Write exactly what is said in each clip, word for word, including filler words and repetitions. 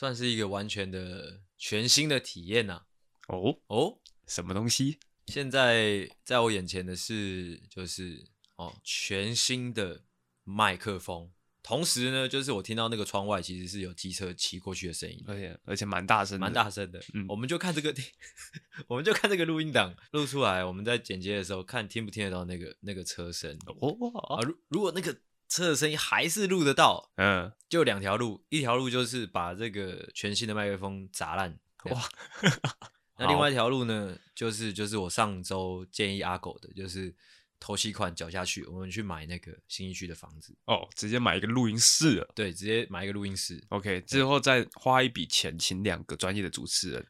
算是一个完全的全新的体验呐、啊。 哦哦， 什么东西？ 现在在我眼前的是就是哦全新的麦克风。同时呢，就是我听到那个窗外其实是有机车骑过去的声音， 而且而且蛮大声的， 蛮大声的。 嗯， 我们就看这个，我们就看这个录音档录出来，我们在剪接的时候看听不听得到那个那个车声。 哦啊，如如果那个车的声音还是录得到， 嗯， 就两条路，一条路就是把这个全新的麦克风砸烂，哇。那另外一条路呢，就是就是我上周建议阿狗的，就是头期款缴下去，我们去买那个信义区的房子。 哦，直接买一个录音室了。 对，直接买一个录音室。 OK， 之后再花一笔钱请两个专业的主持人。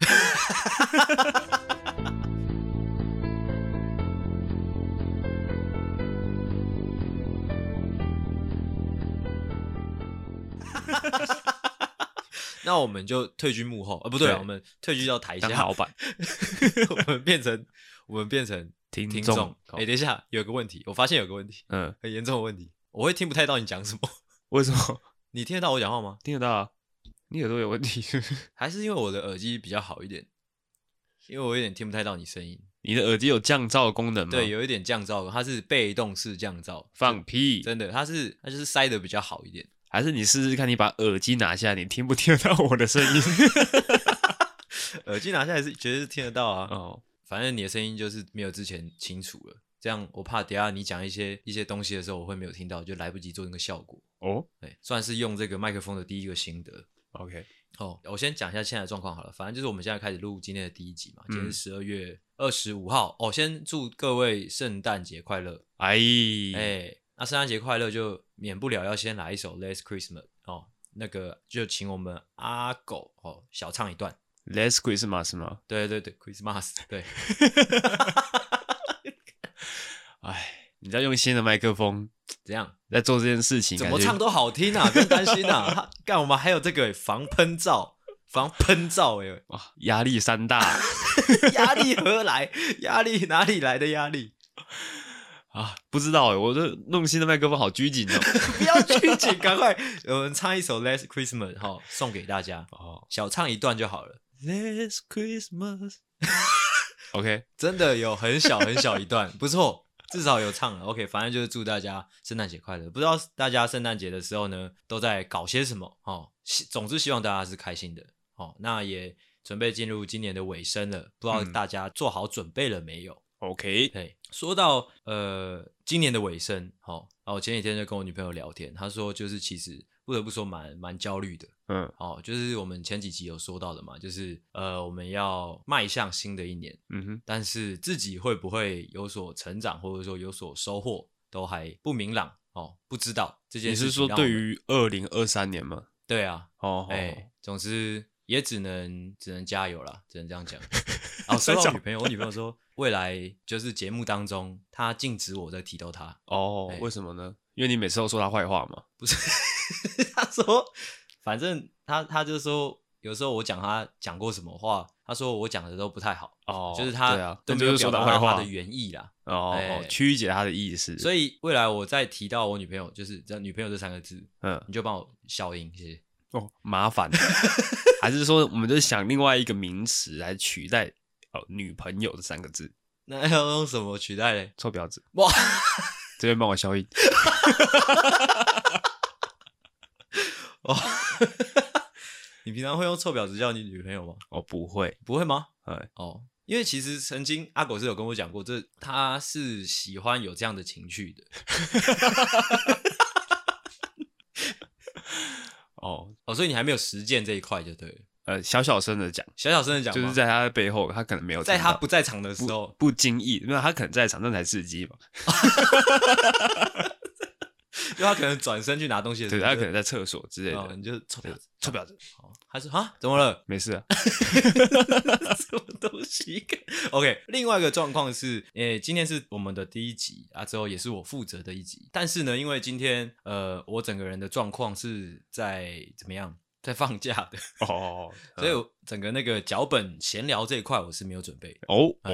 那我们就退居幕后，呃，不对，我们退居到台下当老板。 我们变成我们变成听听众。哎、欸，等一下，有个问题，我发现有个问题， 嗯， 很严重的问题，我会听不太到你讲什么。 为什么？ 你听得到我讲话吗？ 听得到啊，你耳朵有问题。 还是因为我的耳机比较好一点？因为我有点听不太到你声音。 你的耳机有降噪功能吗？ 对，有一点降噪，它是被动式降噪。 放屁！ 真的，它是它就是塞的比较好一点。 还是你试试看，你把耳机拿下，你听不听得到我的声音？ 耳机拿下来是绝对是听得到啊。 哦， 反正你的声音就是没有之前清楚了。这样我怕等一下你讲一些一些东西的时候，我会没有听到，就来不及做那个效果。 哦， 对，算是用这个麦克风的第一个心得。 OK， 哦，我先讲一下现在的状况好了。反正就是我们现在开始录今天的第一集嘛，今天是十二月二十五号。哦，先祝各位圣诞节快乐！ 哎哎，那圣诞节快乐就免不了要先来一首《Last Christmas》哦，那个就请我们阿狗哦小唱一段。 Last Christmas 吗？ 对对对 ，Christmas 对。 哎，你在用新的麦克风， 怎样在做这件事情？ 怎么唱都好听啊，不用担心啊。干，我们还有这个防喷罩，防喷罩哎， 哇，压力山大， 压力何来？压力哪里来的压力？ 啊，不知道哎，我这弄新的麦克风好拘谨哦。 不要拘谨，赶快，我们唱一首《Last Christmas》哈，送给大家哦，小唱一段就好了。Last Christmas， OK， 真的有很小很小一段，不错，至少有唱了。OK， 反正就是祝大家圣诞节快乐。不知道大家圣诞节的时候呢，都在搞些什么哦？总之希望大家是开心的哦。那也准备进入今年的尾声了，不知道大家做好准备了没有？ OK， 对，说到呃今年的尾声，好、哦，我前几天就跟我女朋友聊天，她说就是其实不得不说蛮蛮焦虑的， 嗯， 哦，就是我们前几集有说到的嘛，就是呃我们要迈向新的一年， 嗯哼， 但是自己会不会有所成长或者说有所收获，都还不明朗哦，不知道这件事情。 你是说对于二零二三年吗？ 对啊， 哦， 哎、欸，总之也只能只能加油啦，只能这样讲。哦，说到女朋友，我女朋友说，未来就是节目当中，她禁止我再提到她。 哦，欸、为什么呢？因为你每次都说她坏话嘛。 不是，她说，反正她她就说，有时候我讲她讲过什么话，她说我讲的都不太好。哦，就是她对啊， 都没有表达她的原意啦。 哦，欸、曲解她的意思。 所以未来我再提到我女朋友，就是这女朋友这三个字，嗯，你就帮我消音，谢谢。 哦，麻烦。还是说，我们就想另外一个名词来取代哦，女朋友这三个字？ 那要用什么取代嘞？ 臭婊子！ 哇， 这边帮我消音。 哦，你平常会用臭婊子叫你女朋友吗？ 哦，不会， 不会吗？ 哎， 哦，因为其实曾经阿狗是有跟我讲过，这他是喜欢有这样的情绪的。哦哦，所以你还没有实践这一块就对了。 呃，小小声的讲， 小小声的讲， 就是在他的背后，他可能没有在他不在场的时候， 不, 不经意，因为他可能在场，那才刺激嘛。 就他可能转身去拿东西的时候， 对，他可能在厕所之类的， 哦、你就臭婊子， 臭婊子。 他说啊，怎么了？ 没事啊， 什么东西 ？OK， 另外一个状况是，诶，今天是我们的第一集啊，之后也是我负责的一集。但是呢，因为今天呃，我整个人的状况是在怎么样？在放假的哦， 所以我整个那个脚本闲聊这一块我是没有准备的。 哦哦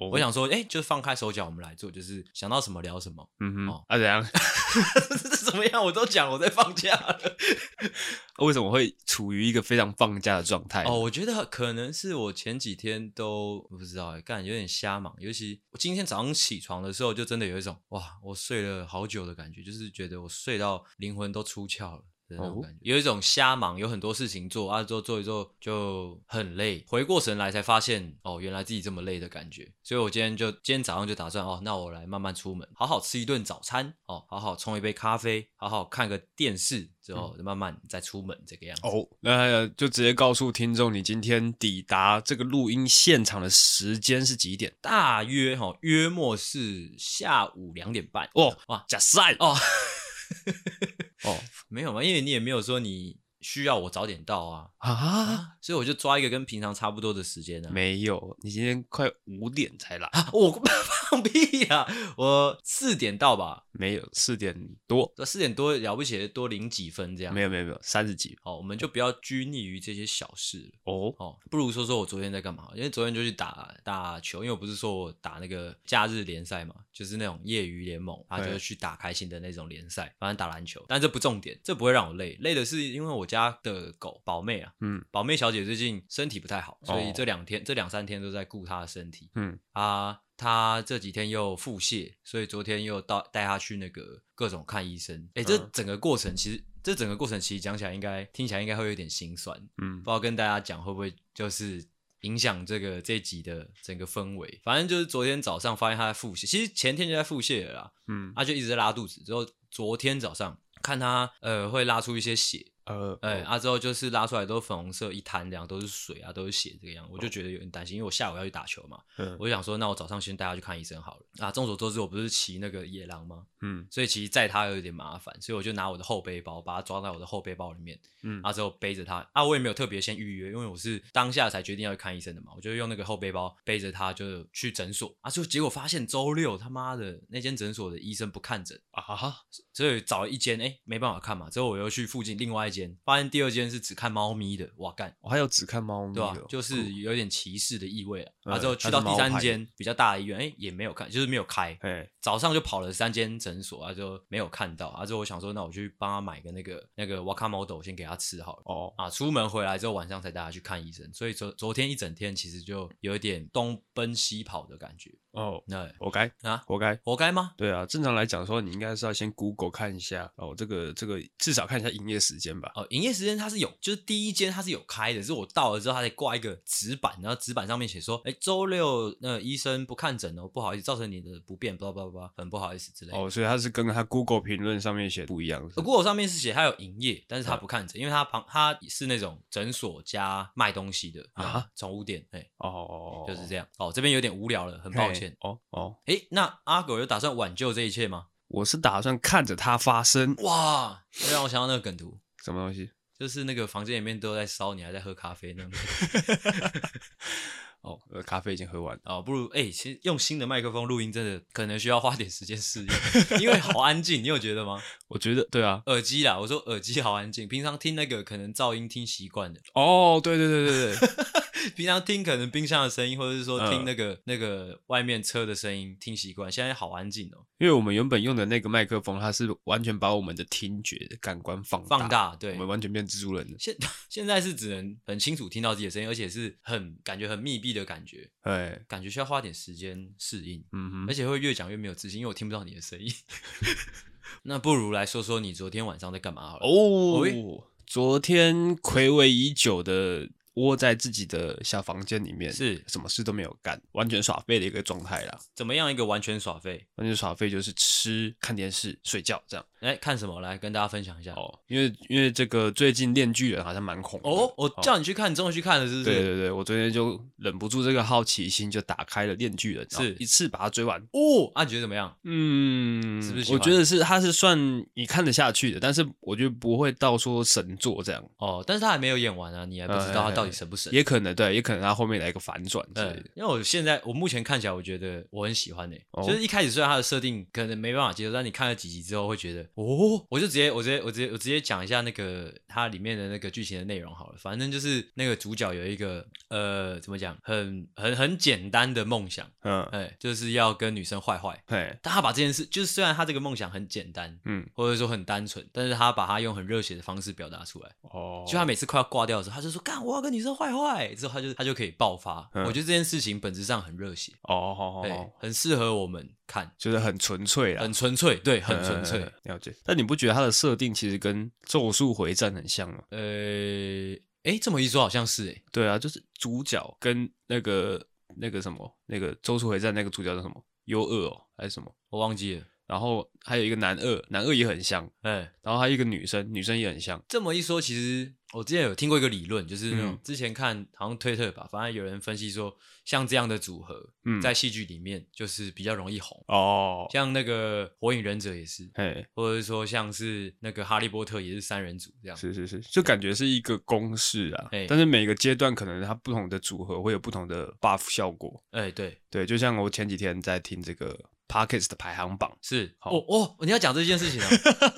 哦我想说，哎、就放开手脚，我们来做，就是想到什么聊什么。 嗯哼， 哦啊怎样？ 这怎么样？我都讲我在放假了。 为什么会处于一个非常放假的状态？ 哦，我觉得可能是我前几天都我不知道哎，干有点瞎忙，尤其我今天早上起床的时候，就真的有一种哇，我睡了好久的感觉，就是觉得我睡到灵魂都出窍了。的那种感觉，有一种瞎忙，有很多事情做啊，之后做一做就很累，回过神来才发现哦，原来自己这么累的感觉。所以我今天就今天早上就打算哦，那我来慢慢出门，好好吃一顿早餐哦，好好冲一杯咖啡，好好看个电视之后，慢慢再出门这个样子。 哦，那就直接告诉听众，你今天抵达这个录音现场的时间是几点？ 大约哈、哦，约莫是下午两点半。 哦， 哇， 假赛哦。 哦， 没有嘛，因为你也没有说你需要我早点到啊啊， 啊，所以我就抓一个跟平常差不多的时间啊。 没有，你今天快五点才来啊，我放屁呀、啊！我四点到吧？ 没有，四点多， 四点多了不起，多零几分这样。 没有没有没有，三十几。 好，我们就不要拘泥于这些小事了。 哦哦，不如说说我昨天在干嘛？因为昨天就去打打球，因为我不是说我打那个假日联赛嘛，就是那种业余联盟，啊，就是去打开心的那种联赛，反正打篮球。但这不重点，这不会让我累，累的是因为我家的狗宝妹啊，嗯，宝妹小姐最近身体不太好，所以这两天、哦、这两三天都在顾她的身体，嗯啊。他这几天又腹泻，所以昨天又到带他去那个各种看医生。哎，这整个过程其实，这整个过程其实讲起来应该听起来应该会有点心酸，嗯，不知道跟大家讲会不会就是影响这个这一集的整个氛围。反正就是昨天早上发现他在腹泻，其实前天就在腹泻了啦，嗯，他就一直在拉肚子，之后昨天早上看他呃会拉出一些血。呃，哎、欸，啊之后就是拉出来都粉红色一滩，这样都是水啊，都是血这个样，我就觉得有点担心，因为我下午要去打球嘛，嗯，我就想说，那我早上先带他去看医生好了。啊，众所周知，我不是骑那个野狼吗？嗯，所以其实载他有点麻烦，所以我就拿我的后背包，把它装在我的后背包里面，嗯，啊之后背着他，啊我也没有特别先预约，因为我是当下才决定要去看医生的嘛，我就用那个后背包背着他就去诊所，啊就结果发现周六他妈的那间诊所的医生不看诊啊哈，所以找了一间，哎、欸、没办法看嘛，之后我又去附近另外一间，发现第二间是只看猫咪的，哇干！ 我、哦、还有只看猫咪的、哦， 对吧、啊？就是有点歧视的意味啊。嗯、啊之后去到第三间比较大的医院，哎、欸，也没有看，就是没有开。早上就跑了三间诊所，啊，就没有看到。啊之后我想说，那我去帮他买个那个那个 Wakamoto 先给他吃好了。哦啊，出门回来之后晚上才带他去看医生，所以昨昨天一整天其实就有一点东奔西跑的感觉。 哦，那活该啊，活该， 活该吗？ 对啊，正常来讲说，你应该是要先 Google 看一下哦，这个这个至少看一下营业时间吧。 哦，营业时间它是有，就是第一间它是有开的，是我到了之后，它得挂一个纸板，然后纸板上面写说，哎，周六那、呃、医生不看诊哦，不好意思，造成你的不便，blah blah blah，很不好意思之类的。 哦，所以它是跟它 Google 评论上面写不一样。 Google 上面是写它有营业，但是它不看诊，嗯、因为它旁它是那种诊所加卖东西的啊，宠物店，哎，哦，就是这样。哦，这边有点无聊了，很抱歉。哦哦。诶，那阿狗有打算挽救这一切吗？ 我是打算看着它发生。 哇，让我想到那个梗图， 什么东西？ 就是那个房间里面都在烧，你还在喝咖啡那种。 哦，呃，咖啡已经喝完了哦，不如哎、欸，其实用新的麦克风录音真的可能需要花点时间适应，因为好安静，你有觉得吗？ 我觉得对啊， 耳机啦，我说耳机好安静，平常听那个可能噪音听习惯了。 哦，对对对对对。 平常听可能冰箱的声音，或者是说听那个、嗯、那个外面车的声音听习惯，现在好安静哦。 因为我们原本用的那个麦克风，它是完全把我们的听觉的感官放大， 放大，对， 我们完全变蜘蛛人了。 现现在是只能很清楚听到自己的声音，而且是很感觉很密闭的感觉，哎，感觉需要花点时间适应，嗯哼，而且会越讲越没有自信，因为我听不到你的声音。那不如来说说你昨天晚上在干嘛好了。 哦，昨天睽违已久的。窝在自己的小房间里面， 是什么事都没有干，完全耍废的一个状态啦。 怎么样一个完全耍废？ 完全耍废就是吃、看电视、睡觉这样。 哎，看什么？来跟大家分享一下哦。因为因为这个最近《链锯人》好像蛮红的哦。我叫你去看，你终于去看了，是不是？ 对对对，我昨天就忍不住这个好奇心，就打开了《链锯人》， 是一次把它追完。 哦，啊，你觉得怎么样？ 嗯， 是不是？ 我觉得是，它是算你看得下去的，但是我觉得不会到说神作这样。 哦，但是他还没有演完啊，你还不知道他到到底神不神？ 也可能对，也可能他后面来一个反转之类的。 因为我现在我目前看起来，我觉得我很喜欢诶、欸哦就是一开始虽然它的设定可能没办法接受，但你看了几集之后会觉得，哦，我就直接我直接我直接我直接讲一下那个它里面的那个剧情的内容好了。反正就是那个主角有一个呃怎么讲，很很很简单的梦想， 嗯， 哎，就是要跟女生坏坏。 嘿， 但他把这件事，就是虽然他这个梦想很简单， 嗯， 或者说很单纯，但是他把他用很热血的方式表达出来。 哦， 就他每次快要挂掉的时候，他就说：“干，我要跟女生坏坏。”之后他就他就可以爆发。 嗯我觉得这件事情本质上很热血， 哦，好好对好，， 很适合我们看， 就是很纯粹啦， 很纯粹，对，很纯粹。 嗯了解。但你不觉得它的设定其实跟《咒术回战》很像吗？ 呃，哎，这么一说好像是哎， 对啊，就是主角跟那个那个什么那个《咒术回战》那个主角叫什么？优二哦，还是什么？ 我忘记了。 然后还有一个男二，男二也很像， 哎， 然后还有一个女生，女生也很像。 这么一说，其实我之前有听过一个理论，就是那种、 嗯之前看好像推特吧，反正有人分析说，像这样的组合， 嗯在戏剧里面就是比较容易红。 哦， 像那个火影忍者也是， 嘿， 或者是说像是那个哈利波特也是三人组这样。 是是是，就感觉是一个公式啊嘿。 但是每个阶段可能它不同的组合会有不同的 buff 效果。 哎，对， 对，就像我前几天在听这个 Podcast 的排行榜， 是好哦哦，你要讲这件事情啊？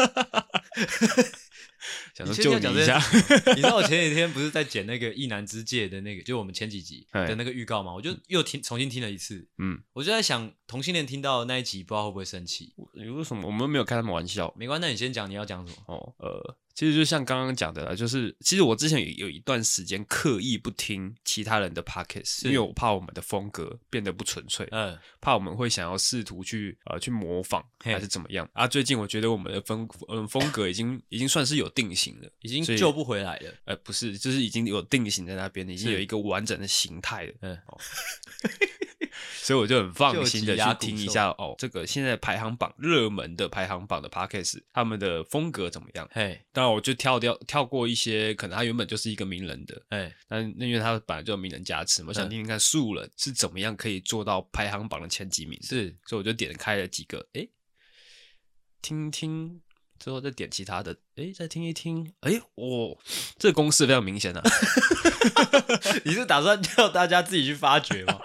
想说你确定要讲这救你一下。 件事情你知道我前几天不是在剪那个《一男之界》的那个，就我们前几集嘿的那个预告嘛，我就又听重新听了一次， 嗯， 我就在想，同性恋听到那一集，不知道会不会生气？ 你为什么我们没有开他们玩笑？ 没关系，那你先讲你要讲什么？ 哦，呃，其实就像刚刚讲的啦，就是其实我之前有有一段时间刻意不听其他人的 podcast，因为我怕我们的风格变得不纯粹， 嗯， 怕我们会想要试图去呃去模仿嘿还是怎么样啊。最近我觉得我们的风嗯风格已经已经算是有定型了， 已经所以救不回来了。 呃不是，就是已经有定型在那边，已经是有一个完整的形态了。 嗯， 所以我就很放心的救急牙去听一骨瘦下哦，这个现在排行榜热门的排行榜的 podcast，他们的风格怎么样？ 嘿， 当然，我就跳掉跳过一些可能他原本就是一个名人的， 哎， 但那因为他本来就有名人加持嘛，我想嗯听听看素人是怎么样可以做到排行榜的前几名的， 是所以我就点开了几个，诶，听听之后再点其他的，诶，再听一听，诶，哦，这个公式非常明显啊， 你是打算叫大家自己去发掘吗？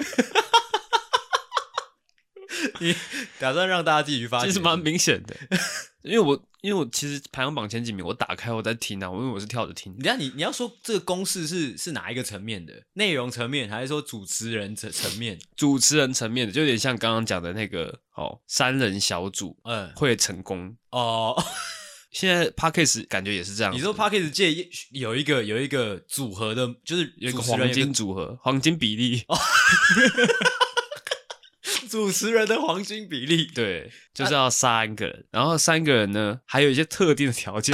你打算让大家自己去发掘？ 其实蛮明显的，因为我因为我其实排行榜前几名我打开我在听啊，因为我是跳着听你，看你你要说这个公式是是哪一个层面的？内容层面，还是说主持人层层面？ 主持人层面的，就有点像刚刚讲的那个哦，三人小组嗯， 会成功。 哦， 现在 Podcast 感觉也是这样子， 你说 Podcast 界有一个有一个组合的，就是有一个主持人黄金组合，黄金比例， 主持人的黄金比例， 对，就是要三个人，然后三个人呢，还有一些特定的条件，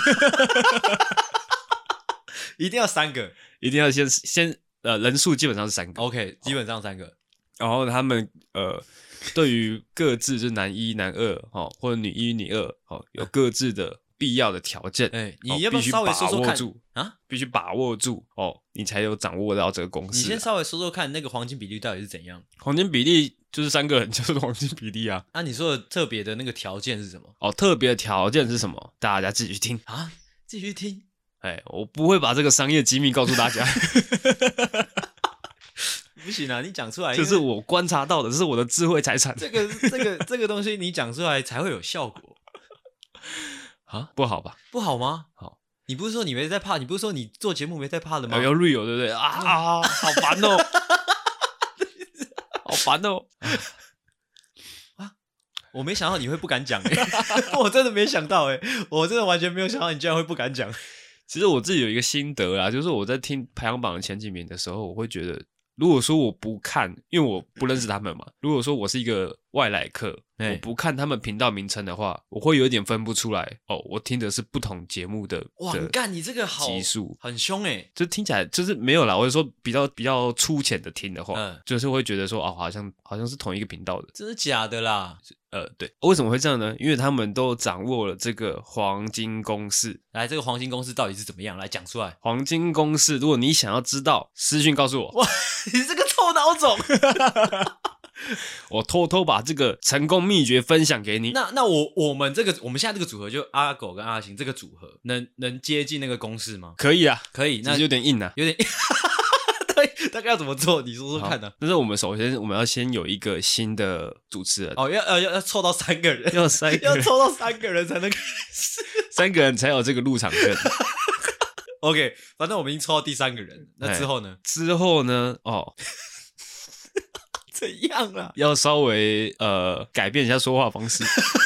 一定要三个。 一定要先先呃人数基本上是三个， OK，基本上三个。 然后他们呃对于各自就是男一、男二哦，或者女一、女二哦，有各自的必要的条件， 哎、你哦要不要必须稍微说说看把握住啊？ 必须把握住哦，你才有掌握到这个公式啊。 你先稍微说说看，那个黄金比例到底是怎样？ 黄金比例就是三个人就是黄金比例啊。 啊，你说的特别的那个条件是什么哦，特别的条件是什么？大家自己去听。 啊？继续听。 哎，我不会把这个商业机密告诉大家， 不行啊，你讲出来， 这是我观察到的，这是我的智慧财产。 这个这个这个东西你讲出来才会有效果啊，不好吧？ 不好吗？ 好， 你不是说你没在怕？你不是说你做节目没在怕的吗？ 要 real 对不对？啊啊，好烦哦，好烦哦。 我没想到你会不敢讲、欸，我真的没想到、欸，我真的完全没有想到你居然会不敢讲。 其实我自己有一个心得啦，就是我在听排行榜的前几名的时候，我会觉得，如果说我不看，因为我不认识他们嘛，如果说我是一个外来客， 嘿我不看他们频道名称的话，我会有一点分不出来哦，我听的是不同节目的哇， 的你干你这个好集数， 很凶哎、欸， 就听起来就是没有啦。我是说比较比较粗浅的听的话， 嗯就是会觉得说哦，好像好像是同一个频道的。 真的假的啦？ 呃，对，为什么会这样呢？因为他们都掌握了这个黄金公式。 来，这个黄金公司到底是怎么样？来讲出来。 黄金公式，如果你想要知道，私讯告诉我。 哇，你这个臭孬种！ 我偷偷把这个成功秘诀分享给你。 那那我我们这个我们现在这个组合就阿狗跟阿行这个组合，能能接近那个公式吗？ 可以啊， 可以，那只是有点硬啊， 有点对，大概要怎么做？你说说看呢、啊？ 但是我们首先我们要先有一个新的主持人哦，要要要凑到三个人， 要三个人要凑到三个人才能开始， 三个人才有这个入场券。 OK， 反正我们已经抽到第三个人，那之后呢？ 之后呢？哦， 怎样啊？ 要稍微呃改变一下说话方式。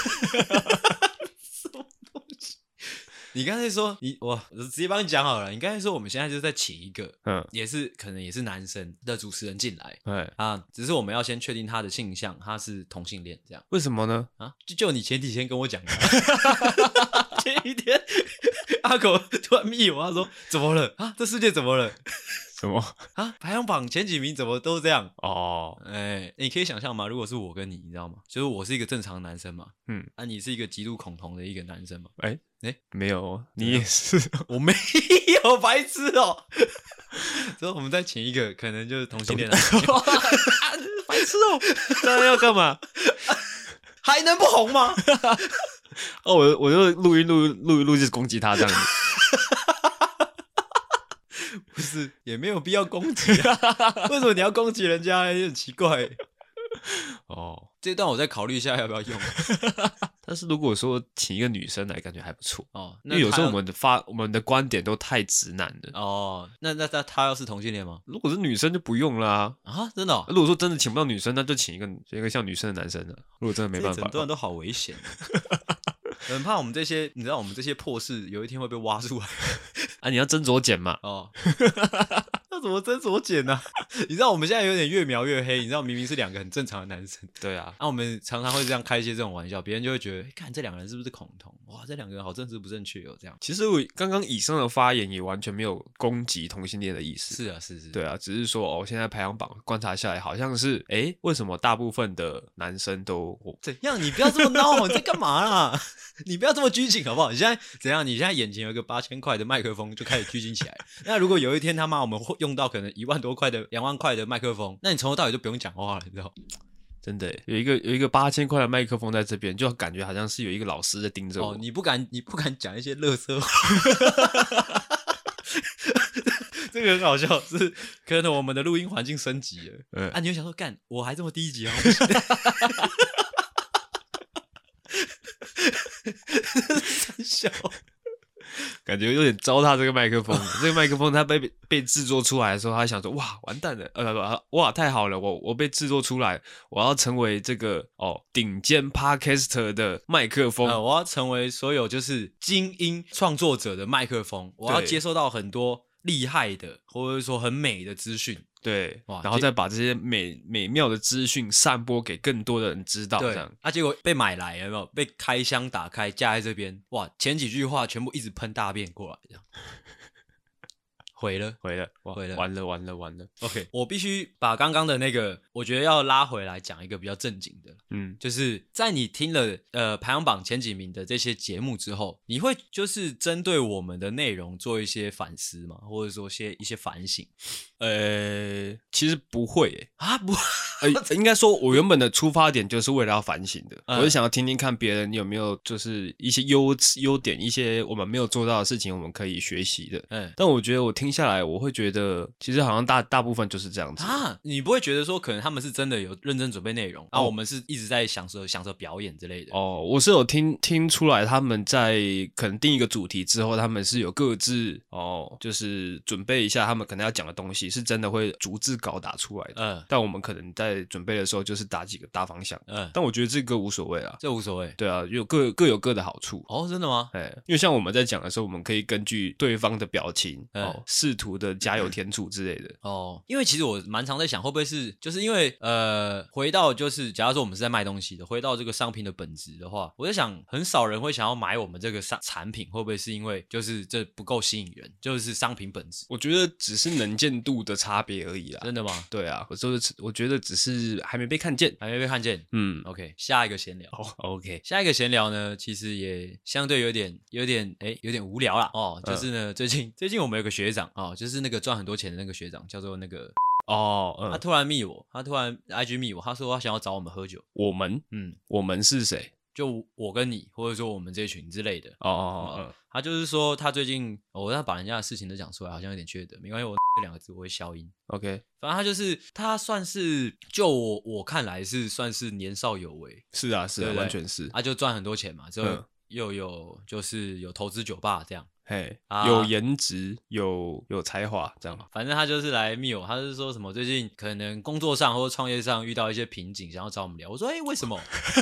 你刚才说你我直接帮你讲好了。你刚才说我们现在就是在请一个， 嗯， 也是可能也是男生的主持人进来， 对啊，只是我们要先确定他的性向，他是同性恋这样。 为什么呢？ 啊，就就你前几天跟我讲的，前一天阿狗突然密我，他说怎么了啊？这世界怎么了？ 什么啊？排行榜前几名怎么都这样？ 哦， 哎、欸，你可以想象吗？如果是我跟你，你知道吗？就是我是一个正常的男生嘛， 嗯， 啊，你是一个极度恐同的一个男生嘛？ 哎、欸、哎、 欸， 没有，你也是， 我没有，白痴哦。之后我们再请一个，可能就是同性恋的， 白痴哦，那要干嘛？ 还能不红吗？ 哦，我我就录音录录一录就是攻击他这样子。 不是，也没有必要攻击啊。为什么你要攻击人家？也很奇怪。哦，这段我再考虑一下要不要用。 但是如果说请一个女生来，感觉还不错哦。 因为有时候我们的发我们的观点都太直男了。 哦，那那那他要是同性恋吗？ 如果是女生就不用啦。 啊，真的、哦？ 如果说真的请不到女生，那就请一个请一个像女生的男生了。如果真的没办法， 整段都好危险。很怕我们这些，你知道我们这些破事有一天会被挖出来。 啊，你要斟酌剪嘛。 哦。要怎么斟酌剪呢、啊？你知道我们现在有点越描越黑。你知道明明是两个很正常的男生， 对啊， 那、啊、我们常常会这样开一些这种玩笑，别人就会觉得，看、欸、这两个人是不是恐同？哇，这两个人好政治不正确哦，这样。 其实我刚刚以上的发言也完全没有攻击同性恋的意思。 是啊，是是。 对啊，只是说哦，现在排行榜观察下来，好像是，哎，为什么大部分的男生都、哦、 怎样？你不要这么孬，你在干嘛啦？你不要这么拘谨好不好？你现在怎样？你现在眼前有一个八千块的麦克风，就开始拘谨起来。那如果有一天他妈我们会用到可能一万多块的、两万块的麦克风，那你从头到尾就不用讲话了，你知道？ 真的有一个有一个八千块的麦克风在这边，就感觉好像是有一个老师在盯着我。 哦，你不敢，你不敢讲一些垃圾话。这个很好笑，是可能我们的录音环境升级了。嗯啊，你就想说，干，我还这么低级啊！三小。 感觉有点糟蹋这个麦克风。这个麦克风它被被制作出来的时候，他想说哇完蛋了，呃哇太好了，我我被制作出来，我要成为这个哦顶尖 Podcaster 的麦克风、 呃，我要成为所有就是精英创作者的麦克风，我要接收到很多厉害的或者说很美的资讯。 对，然后再把这些美美妙的资讯散播给更多的人知道，这样啊，结果被买来有没有？被开箱打开架在这边，哇，前几句话全部一直喷大便过来，这样毁了， 毁了， 毁了， 完了，完了，完了。 OK， 我必须把刚刚的那个，我觉得要拉回来讲一个比较正经的，嗯，就是在你听了呃排行榜前几名的这些节目之后，你会就是针对我们的内容做一些反思吗？或者说些一些反省？ 呃，其实不会耶啊，不， 呃，应该说，我原本的出发点就是为了要反省的，嗯、我是想要听听看别人有没有就是一些优优点，一些我们没有做到的事情，我们可以学习的。嗯，但我觉得我听下来，我会觉得其实好像大大部分就是这样子啊。你不会觉得说，可能他们是真的有认真准备内容，啊、哦，我们是一直在享受享受表演之类的。 哦，我是有听听出来，他们在可能定一个主题之后，他们是有各自哦，就是准备一下他们可能要讲的东西。是真的会逐字稿打出来的，嗯，但我们可能在准备的时候就是打几个大方向，嗯，但我觉得这个无所谓啊， 这无所谓， 对啊，有各各有各的好处。 哦，真的吗？ 哎，因为像我们在讲的时候，我们可以根据对方的表情，嗯、哦，试图的加油添醋之类的。 哦，因为其实我蛮常在想，会不会是就是因为呃，回到就是假如说我们是在卖东西的，回到这个商品的本质的话，我在想，很少人会想要买我们这个商产品，会不会是因为就是这不够吸引人，就是商品本质？ 我觉得只是能见度的差别而已啦。 真的吗？ 对啊，我说我觉得只是还没被看见， 还没被看见。嗯 ，OK， 下一个闲聊。 哦、oh, ，OK， 下一个闲聊呢，其实也相对有点有点哎有点无聊啦。哦，就是呢，嗯、最近最近我们有个学长哦，就是那个赚很多钱的那个学长，叫做那个哦，嗯， 他突然密我，他突然 I G 密我，他说他想要找我们喝酒。 我们，嗯，我们是谁？ 就我跟你，或者说我们这群之类的。 哦哦哦， 他就是说他最近，哦、我要把人家的事情都讲出来，好像有点缺德，没关系，我这两个字我会消音。 OK， 反正他就是他算是，就我我看来是算是年少有为。 是啊是啊， 对对完全是。 他就赚很多钱嘛，之后嗯又有就是有投资酒吧这样。 嘿， 啊有颜值，有有才华，这样。 反正他就是来密我，他是说什么最近可能工作上或者创业上遇到一些瓶颈，想要找我们聊。我说，哎、欸，为什么？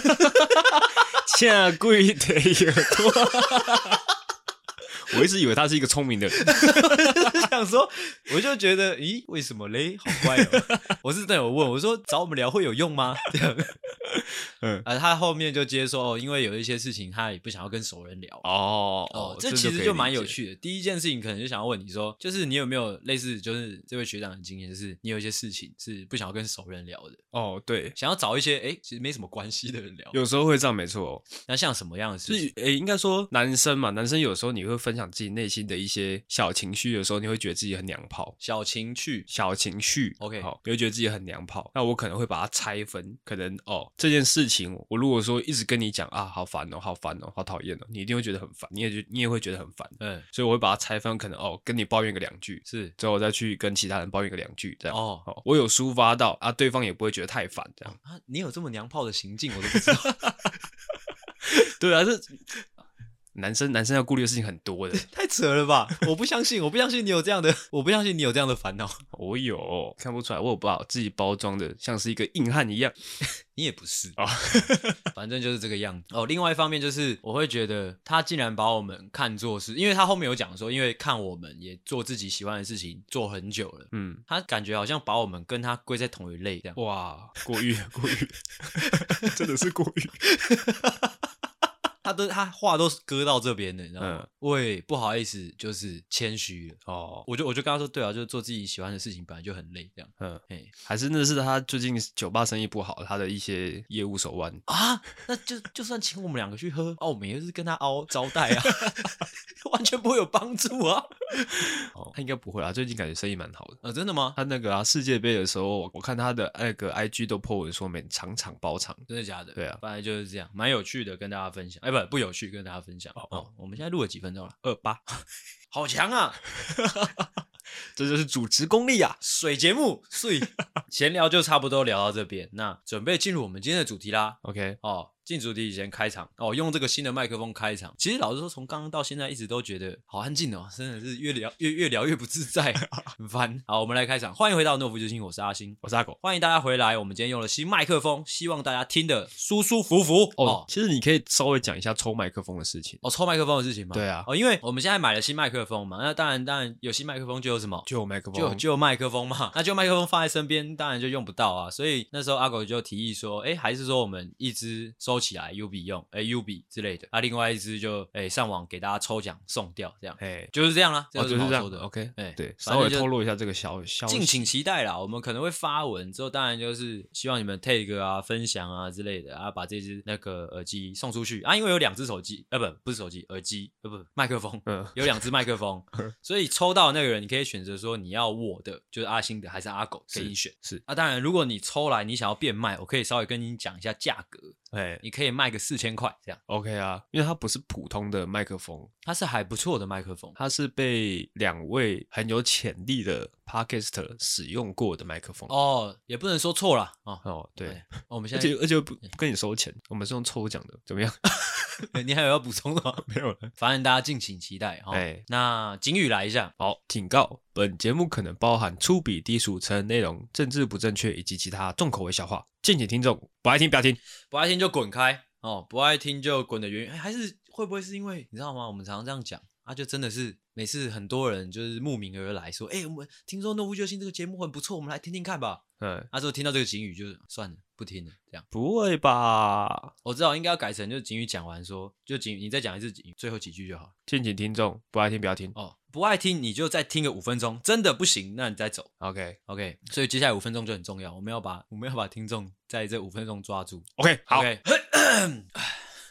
下跪的有多？我一直以为他是一个聪明的人， 想说，我就觉得，咦，为什么嘞？好怪哦！我是真的有问，我说找我们聊会有用吗？这样，嗯，啊，他后面就接说，哦，因为有一些事情他也不想要跟熟人聊。 哦哦，这其实就蛮有趣的。第一件事情可能就想要问你说，就是你有没有类似，就是这位学长的经验，就是你有一些事情是不想要跟熟人聊的。 哦，对， 想要找一些哎，其实没什么关系的人聊。 有时候会这样，没错。 那像什么样的事情？ 诶，应该说男生嘛，男生有时候你会分享自己内心的一些小情绪，有时候你会觉得自己很娘炮。 小情绪， 小情绪 ，OK， 好，你会觉得自己很娘炮。那我可能会把它拆分，可能哦，这件事情我如果说一直跟你讲啊，好烦哦，好烦哦，好讨厌哦，你一定会觉得很烦，你也觉你也会觉得很烦，嗯，所以我会把它拆分，可能哦，跟你抱怨个两句， 是， 之后我再去跟其他人抱怨个两句，这样哦， 哦，我有抒发到啊，对方也不会觉得太烦，这样啊，你有这么娘炮的行径，我都不知道。 对啊，这男生男生要顾虑的事情很多的， 太扯了吧！我不相信，我不相信你有这样的，我不相信你有这样的烦恼。 我有，看不出来，我有把我自己包装的像是一个硬汉一样。 你也不是哦，反正就是这个样子哦。另外一方面就是，我会觉得他竟然把我们看作是，因为他后面有讲说，因为看我们也做自己喜欢的事情做很久了，嗯，他感觉好像把我们跟他归在同一类这样。 哇，过誉过誉，真的是过誉。 他都他话都搁到这边了，你知道吗？嗯、喂，不好意思，就是谦虚了哦。我就我就跟他说，对啊，就是做自己喜欢的事情本来就很累，这样。嗯，哎， 还是那是他最近酒吧生意不好，他的一些业务手腕啊。那就就算请我们两个去喝，哦，我们也是跟他凹招待啊，完全不会有帮助啊。 哦，他应该不会啊，最近感觉生意蛮好的。 呃、哦，真的吗？ 他那个啊，世界杯的时候，我看他的那个 I G 都 po 文说每场场包场， 真的假的？ 对啊， 反正就是这样，蛮有趣的，跟大家分享。哎，不不有趣，跟大家分享。哦哦，我们现在录了几分钟了？ 二八， 好强啊！ 这就是主持功力啊！ 水节目，水闲聊就差不多聊到这边，那准备进入我们今天的主题啦。 OK， 哦。进主题以前开场哦，用这个新的麦克风开场。其实老实说，从刚刚到现在一直都觉得好安静哦，真的是越聊越越聊越不自在，很烦。好，我们来开场，欢迎回到诺夫救星，我是阿星， 我是阿狗， 欢迎大家回来。我们今天用了新麦克风，希望大家听得舒舒服服哦。哦其实你可以稍微讲一下抽麦克风的事情哦，抽麦克风的事情吗？ 对啊， 哦，因为我们现在买了新麦克风嘛，那当然当然有新麦克风就有什么， 就有麦克风， 就有就有麦克风嘛。那就麦克风放在身边，当然就用不到啊。所以那时候阿狗就提议说，哎，还是说我们一支收起来 U B 用。哎 ，U B 之类的，啊，另外一支就哎上网给大家抽奖送掉，这样，哎，就是这样啦， 哦，就是这样说的 ，OK， 哎， 对，稍微透露一下这个消消息， 敬请期待啦。我们可能会发文之后，当然就是希望你们 take 啊、分享啊之类的啊，把这支那个耳机送出去啊，因为有两只手机，呃，不，不是手机，耳机，呃，不，麦克风，嗯，有两只麦克风，所以抽到那个人，你可以选择说你要我的，就是阿星的，还是阿狗，给你选， 是啊，当然，如果你抽来你想要变卖，我可以稍微跟你讲一下价格。 哎， 你可以卖个四千块这样 ，OK 啊，因为它不是普通的麦克风， 它是还不错的麦克风， 它是被两位很有潜力的 Podcaster 使用过的麦克风哦，也不能说错啦哦哦，对， 对哦、我们现在而且而且不不跟你收钱，我们是用抽奖的，怎么样？ 你还有要补充的吗？ 没有了， 反正大家敬请期待哈。哎、哦，那警语来一下， 好，警告，本节目可能包含粗鄙、低俗、成人内容、政治不正确以及其他重口味笑话，敬请听众不爱听不要听， 不爱听就滚开哦，不爱听就滚的远远。还是会不会是因为你知道吗？我们常常这样讲啊，就真的是每次很多人就是慕名而来说，哎、欸，我们听说诺夫救星这个节目很不错，我们来听听看吧。嗯，啊，之后听到这个警语就算了，不听了，这样不会吧？ 我知道应该要改成就是警语讲完说，就警你再讲一次警语，最后几句就好。 敬请听众不爱听不要听哦，不爱听你就再听个五分钟，真的不行，那你再走。 OK OK， 所以接下来五分钟就很重要，我们要把我们要把听众在这五分钟抓住。 OK 好。 Okay.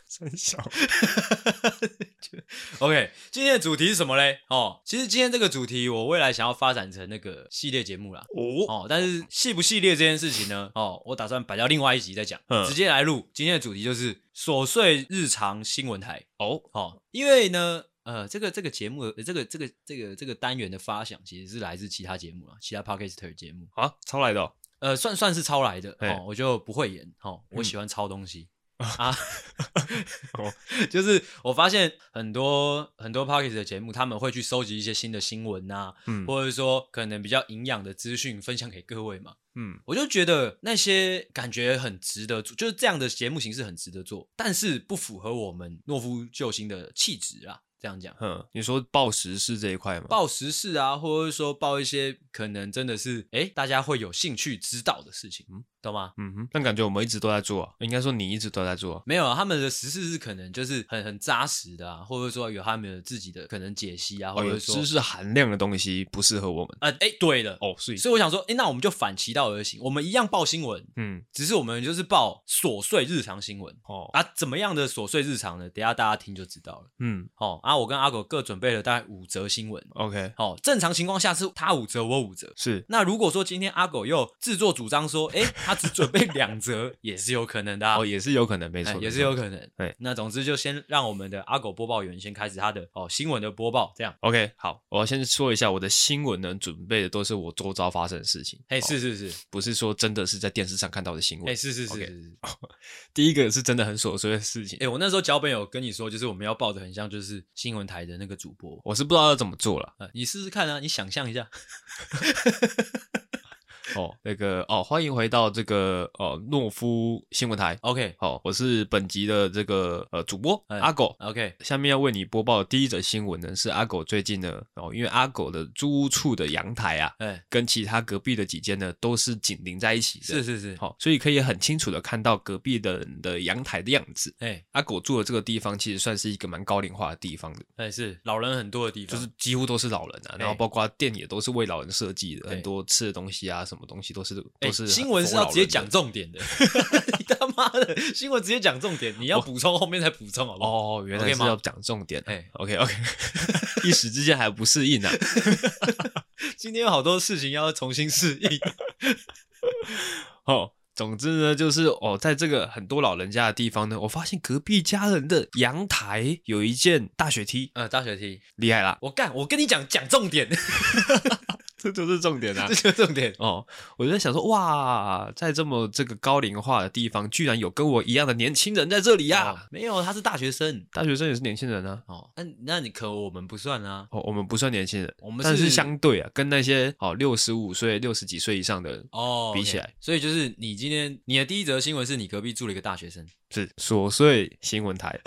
三小 OK， 今天的主题是什么嘞？哦，其实今天这个主题我未来想要发展成那个系列节目啦。哦哦，但是系不系列这件事情呢，哦，我打算摆到另外一集再讲，直接来录。今天的主题就是琐碎日常新闻台。哦哦，因为呢。呃，这个这个节目的这个这个这个这个单元的发想其实是来自其他节目啦，其他 Podcaster 节目啊，抄来的、哦， 呃，算算是抄来的哦，我就不会演哦，我喜欢抄东西、嗯、啊，就是我发现很多很多 Podcaster 的节目，他们会去收集一些新的新闻啊，嗯，或者说可能比较营养的资讯分享给各位嘛。嗯，我就觉得那些感觉很值得做，就是这样的节目形式很值得做，但是不符合我们诺夫救星的气质啊。这样讲， 嗯，你说报时事这一块吗？ 报时事啊，或者说报一些可能真的是，哎，大家会有兴趣知道的事情，嗯，懂吗？ 嗯哼，但感觉我们一直都在做啊，应该说你一直都在做、啊。 没有啊，他们的时事是可能就是很很扎实的啊，或者说有他们的自己的可能解析啊，或者说、 哦、有知识含量的东西不适合我们。 啊，哎，对了， 哦，所以所以我想说，哎，那我们就反其道而行，我们一样报新闻，嗯，只是我们就是报琐碎日常新闻。哦，啊，怎么样的琐碎日常呢？等一下大家听就知道了。嗯，好、哦，啊，我跟阿狗各准备了大概五则新闻。 OK， 好、哦，正常情况下是他五则，我五则。 是， 那如果说今天阿狗又自作主张说，哎，他只准备两则，也是有可能的、啊。 哦，也是有可能，没错， 也是有可能。对，那总之就先让我们的阿狗播报员先开始他的哦新闻的播报，这样。 OK， 好，我要先说一下我的新闻呢，准备的都是我周遭发生的事情。 哎，是是是， 不是说真的是在电视上看到的新闻。 哎，是是是 okay 是是。 第一个是真的很琐碎的事情。 哎，我那时候脚本有跟你说，就是我们要报的很像就是新闻台的那个主播， 我是不知道要怎么做了、 呃，你试试看啊，你想象一下。 哦，那个哦，欢迎回到这个哦诺夫新闻台。 OK， 好、哦，我是本集的这个呃主播、嗯、阿狗。 OK， 下面要为你播报的第一则新闻呢，是阿狗最近呢哦，因为阿狗的租屋处的阳台啊，哎，跟其他隔壁的几间呢都是紧邻在一起的。 是是是， 好、哦，所以可以很清楚的看到隔壁的人的阳台的样子。哎，阿狗住的这个地方其实算是一个蛮高龄化的地方的。 哎，是老人很多的地方， 就是几乎都是老人啊，然后包括店也都是为老人设计的，很多吃的东西啊，什么东西都是。都是、 欸、新闻是要直接讲重点的，你他妈的新闻直接讲重点，你要补充后面才补充好不好？ 哦，原来是要讲重点。哎、欸、，OK OK， 一时之间还不适应啊。 今天有好多事情要重新适应。 哦，总之呢，就是哦，在这个很多老人家的地方呢，我发现隔壁家人的阳台有一件大雪梯。 呃，大雪梯厉害啦！ 我干，我跟你讲，讲重点。 这就是重点啊！ 这就是重点哦！我就在想说，哇，在这么这个高龄化的地方，居然有跟我一样的年轻人在这里呀、啊哦！没有，他是大学生， 大学生也是年轻人啊。 哦，那那你可我们不算啊。 哦，我们不算年轻人， 我们是但是相对啊，跟那些哦六十五岁、六十几岁以上的人哦比起来、 okay ，所以就是你今天你的第一则新闻是你隔壁住了一个大学生， 是琐碎新闻台。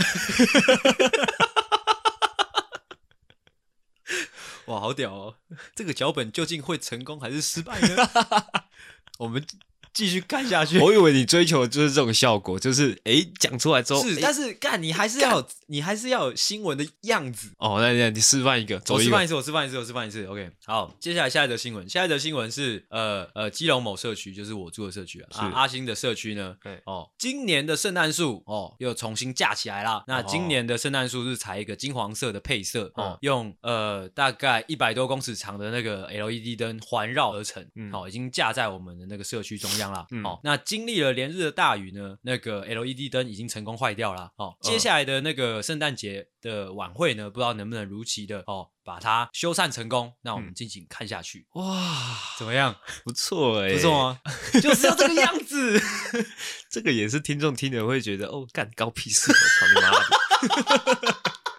哇，好屌哦！这个脚本究竟会成功还是失败呢？我们继续看下去。 我以为你追求的就是这种效果，就是诶讲出来之后是，但是干你还是要有你还是要有新闻的样子哦。那那你示范一个， 我示范一次，我示范一次，我示范一次。OK， 好，接下来下一则新闻，下一则新闻是呃呃基隆某社区，就是我住的社区啊。啊阿星的社区呢，哦，今年的圣诞树哦又重新架起来啦。那今年的圣诞树是采一个金黄色的配色哦，用呃大概一百多公尺长的那个 L E D 灯环绕而成，嗯，好、哦，已经架在我们的那个社区中央啦。嗯，好、哦，那经历了连日的大雨呢，那个 L E D 灯已经成功坏掉了。哦，接下来的那个圣诞节的晚会呢，不知道能不能如期的哦把它修缮成功。那我们敬请看下去。 嗯、哇， 怎么样？ 不错哎、欸， 不错吗？就是要这个样子。 这个也是听众听了会觉得哦，干高屁事，操你妈的！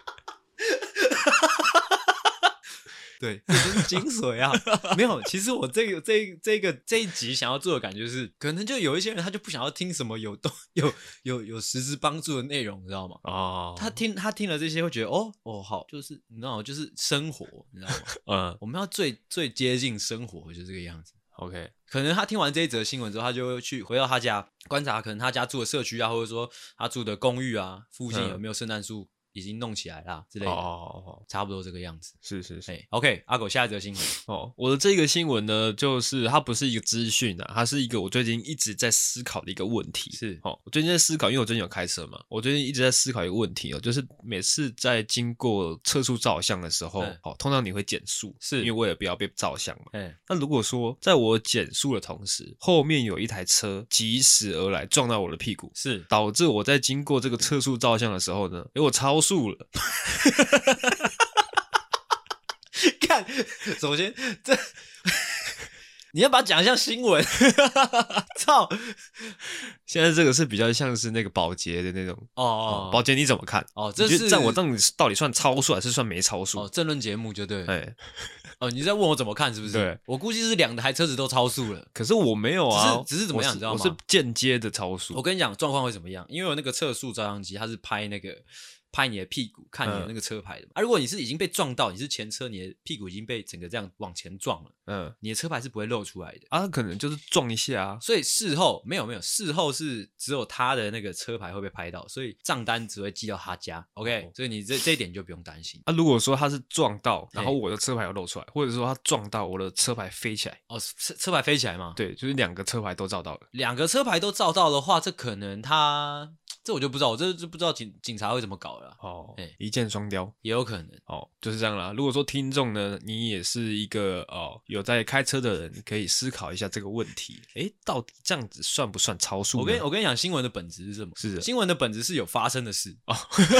对，这就是精髓啊！没有，其实我这个这这个这一集想要做的感觉是，可能就有一些人他就不想要听什么有动有有有实质帮助的内容，你知道吗？哦，他听他听了这些会觉得哦哦好，就是你知道吗？就是生活，你知道吗？嗯，我们要最最接近生活，就是这个样子。 OK， 可能他听完这一则新闻之后，他就会去回到他家观察，可能他家住的社区啊，或者说他住的公寓啊，附近有没有圣诞树。 已经弄起来啦之类的，哦哦哦，差不多这个样子。 是是是。 欸、OK， 阿狗下一则新闻哦，我的这个新闻呢，就是它不是一个资讯啊，它是一个我最近一直在思考的一个问题。 是哦，我最近在思考，因为我最近有开车嘛，我最近一直在思考一个问题哦，就是每次在经过测速照相的时候，嗯、哦，通常你会减速， 是因为为了不要被照相嘛。 嗯， 那如果说在我减速的同时，后面有一台车疾驶而来撞到我的屁股， 是导致我在经过这个测速照相的时候呢，诶，我超速了。 看，首先这你要把它讲得像新闻，操！ 现在这个是比较像是那个保洁的那种哦哦， 保洁你怎么看？ 哦，这是这样我到底到底算超速还是算没超速？ 哦，政论节目就对， 哎， 哦，你在问我怎么看是不是？ 对， 我估计是两台车子都超速了， 可是我没有啊， 只是只是怎么样，你知道吗？ 我是间接的超速。 我跟你讲状况会怎么样，因为有那个测速照相机，它是拍那个。拍你的屁股，看你的那个车牌的嘛、嗯、啊，如果你是已经被撞到，你是前车，你的屁股已经被整个这样往前撞了，嗯，你的车牌是不会露出来的啊，可能就是撞一下啊。 所以事后没有没有，事后是只有他的那个车牌会被拍到，所以账单只会寄到他家 ，OK，、哦、所以你这这一点就不用担心。 啊，如果说他是撞到，然后我的车牌有露出来，或者说他撞到我的车牌飞起来， 哦，车车牌飞起来吗？ 对，就是两个车牌都照到了。 两个车牌都照到的话，这可能他。这我就不知道，我这就不知道警警察会怎么搞了。 哦，欸、一箭双雕也有可能。 哦，就是这样啦。如果说听众呢，你也是一个哦有在开车的人，可以思考一下这个问题。诶，到底这样子算不算超速呢？ 我跟我跟你讲，新闻的本质是什么？ 是的， 新闻的本质是有发生的事哦。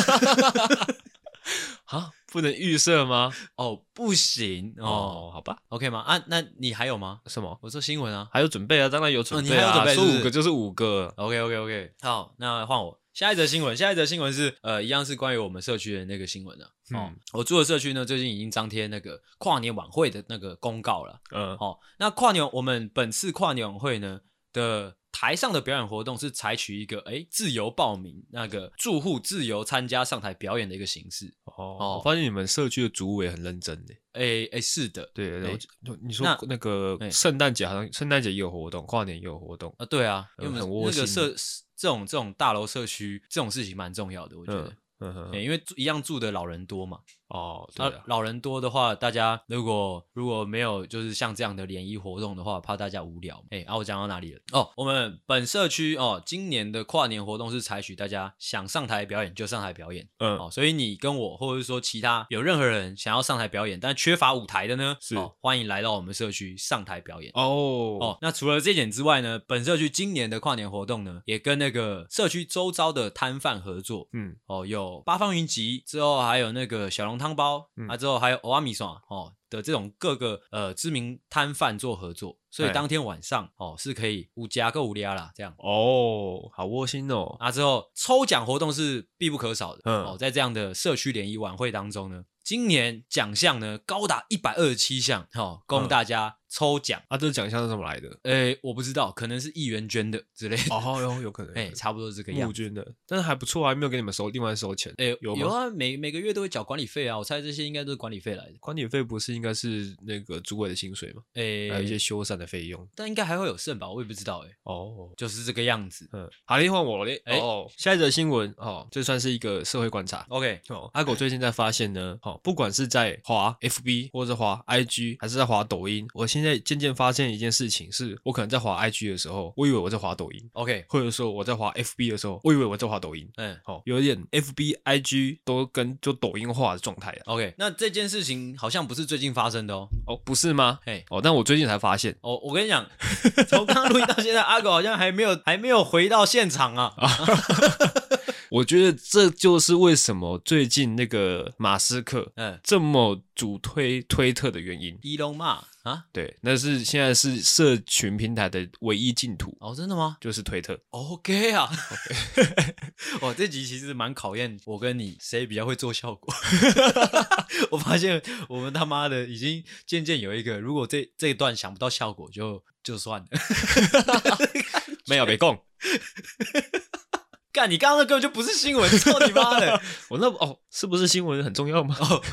啊，不能预设吗？ 哦，不行哦， 哦好吧 ，OK 吗？啊，那你还有吗？ 什么？ 我说新闻啊， 还有准备啊，当然有准备啊， 哦、你还有准备是不是， 说五个就是五个。 OK OK OK， 好，那换我。下一则新闻，下一则新闻是呃，一样是关于我们社区的那个新闻的、啊。哦、嗯，我住的社区呢，最近已经张贴那个跨年晚会的那个公告了。嗯，好、哦，那跨年我们本次跨年晚会呢的台上的表演活动是采取一个哎自由报名，那个住户自由参加上台表演的一个形式。 哦，哦我发现你们社区的主委很认真的。 哎哎，是的， 对对，你说那那个圣诞节好像圣诞节也有活动，跨年也有活动啊。对啊，因为很那个社这种这种大楼社区这种事情蛮重要的，我觉得。嗯嗯嗯、因为一样住的老人多嘛。 哦，对、啊啊，老人多的话，大家如果如果没有就是像这样的联谊活动的话，怕大家无聊。哎，啊，我讲到哪里了？哦，我们本社区哦，今年的跨年活动是采取大家想上台表演就上台表演，嗯，哦，所以你跟我或者是说其他有任何人想要上台表演，但缺乏舞台的呢， 是、 哦、欢迎来到我们社区上台表演。 哦哦，那除了这点之外呢，本社区今年的跨年活动呢，也跟那个社区周遭的摊贩合作，嗯，哦，有八方云集，之后还有那个小笼汤包，嗯。啊之后还有蚵仔米线哦的这种各个呃知名摊贩做合作，所以当天晚上哦是可以五加够五加啦这样哦，好窝心哦。 啊之后抽奖活动是必不可少的、嗯、哦，在这样的社区联谊晚会当中呢，今年奖项呢高达一百二十七项，哦，供大家抽奖、 嗯、啊。这奖项是怎么来的？ 诶，我不知道，可能是议员捐的之类的。 哦，有有可能， 诶，差不多是这个样子。 募捐的，但是还不错啊，还没有给你们收，另外收钱。 诶， 有有啊，每每个月都会缴管理费啊，我猜这些应该都是管理费来的。 管理费不是应该是那个主委的薪水吗？诶，还有一些修缮的费用， 但应该还会有剩吧，我也不知道诶。哦，就是这个样子。 嗯，好，换我了。诶，哦，下一则新闻哦，这算是一个社会观察。 OK， 哦，阿狗最近在发现呢，哦，不管是在滑 F B 或者滑 I G 还是在滑抖音，我现在渐渐发现一件事情，是我可能在滑 I G 的时候，我以为我在滑抖音 ，OK， 或者说我在滑 F B 的时候，我以为我在滑抖音，嗯，好、哦，有一点 F B、I G 都跟就抖音化的状态了。 OK， 那这件事情好像不是最近发生的哦， 哦，不是吗？ 嘿， 哦，但我最近才发现， 哦，我跟你讲，从刚刚录音到现在，阿狗好像还没有还没有回到现场啊。 我觉得这就是为什么最近那个马斯克，嗯，这么主推推特的原因。 Elon Musk 啊， 对，那是现在是社群平台的唯一净土。 哦，真的吗？ 就是推特。 OK 啊 ，OK。哦，这集其实蛮考验我跟你谁比较会做效果。我发现我们他妈的已经渐渐有一个，如果这这一段想不到效果就就算了。 没有，没供。 干，你刚刚那根本就不是新闻，操你妈的！ 我那哦，是不是新闻很重要吗？哦，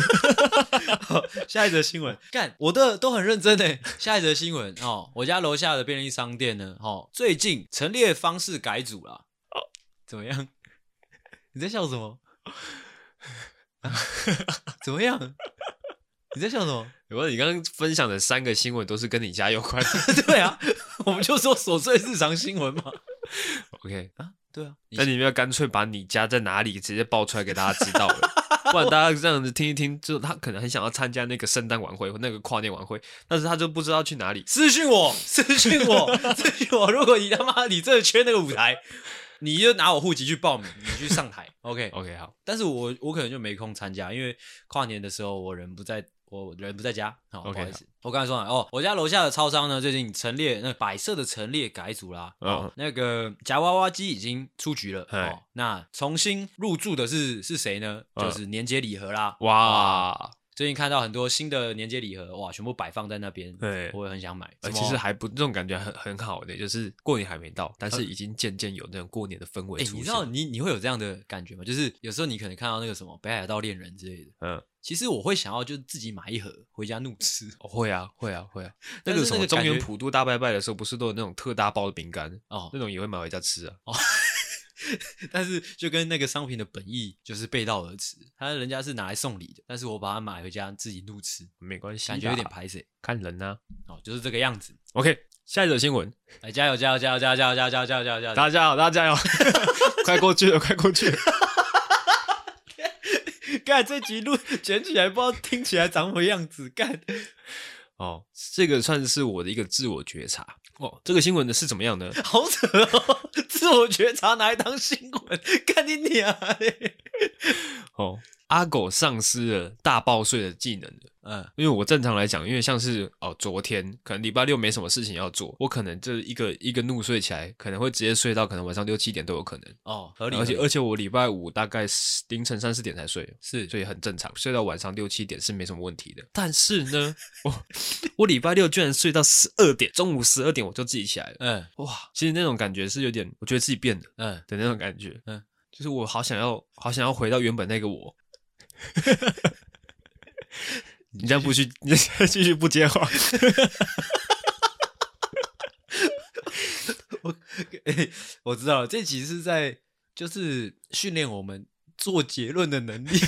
下一则新闻，干，我的都很认真诶。下一则新闻哦，我家楼下的便利商店呢，哦，最近陈列方式改组啦。哦，怎么样？你在笑什么？ 啊、怎么样？你在笑什么？ 我你刚刚分享的三个新闻都是跟你家有关对啊，我们就说琐碎日常新闻嘛。 OK 啊，对啊， 那你们要干脆把你家在哪里直接爆出来给大家知道了，不然大家这样子听一听，就他可能很想要参加那个圣诞晚会或那个跨年晚会，但是他就不知道去哪里。 私讯我，私讯我，私讯我。如果你他妈你真的缺那个舞台，你就拿我户籍去报名，你去上台。OK OK 好， 但是我我可能就没空参加，因为跨年的时候我人不在。我人不在家，好、哦 okay, 不好意思。我刚才说了哦，我家楼下的超商呢，最近陈列那摆设的陈列改组啦，嗯、哦，那个夹娃娃机已经出局了，哦，那重新入驻的是是谁呢？就是年节礼盒啦， 哇。 哇最近看到很多新的年节礼盒，哇，全部摆放在那边，对，我也很想买。 呃、其实还不这种感觉很很好的，就是过年还没到，但是已经渐渐有那种过年的氛围出现。 欸、你知道你你会有这样的感觉吗？就是有时候你可能看到那个什么北海道恋人之类的，嗯，其实我会想要就是自己买一盒回家怒吃。 哦、会啊会啊会啊。那个什么中元普渡大拜拜的时候，不是都有那种特大包的饼干哦，那种也会买回家吃啊。哦但是就跟那个商品的本意就是背道而驰，他人家是拿来送礼的，但是我把它买回家自己怒吃， 没关系， 感觉有点排斥， 看人啊， 哦，就是这个样子。 OK， 下一则新闻， 来加油加油加油加油加油加油加油加油加油加油！ 大家加油，大家加油，快过去了，快过去了。 干这集录剪起来，不知道听起来长什么样子，干。 哦，这个算是我的一个自我觉察。哦，这个新闻呢是怎么样呢？ 好扯哦，自我觉察拿来当新闻，干你娘嘞！ 哦，阿狗丧失了大报税的技能了。嗯，因为我正常来讲，因为像是哦，昨天可能礼拜六没什么事情要做，我可能这一个一个怒睡起来，可能会直接睡到可能晚上六七点都有可能。 哦，合理。 而且而且我礼拜五大概凌晨三四点才睡， 是， 所以很正常，睡到晚上六七点是没什么问题的。但是呢，我我礼拜六居然睡到十二点，中午十二点我就自己起来了。嗯，哇，其实那种感觉是有点，我觉得自己变了，嗯的那种感觉。嗯，就是我好想要，好想要回到原本那个我。你这样不去，你继续不接话。 我、欸、我知道了，这集是在就是训练我们做结论的能力。